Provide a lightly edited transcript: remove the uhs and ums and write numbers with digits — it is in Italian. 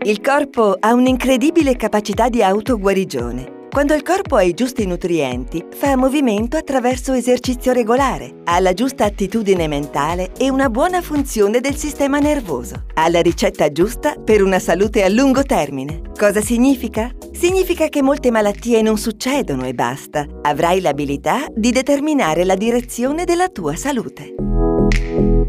Il corpo ha un'incredibile capacità di autoguarigione. Quando il corpo ha i giusti nutrienti, fa movimento attraverso esercizio regolare, ha la giusta attitudine mentale e una buona funzione del sistema nervoso. Ha la ricetta giusta per una salute a lungo termine. Cosa significa? Significa che molte malattie non succedono e basta. Avrai l'abilità di determinare la direzione della tua salute.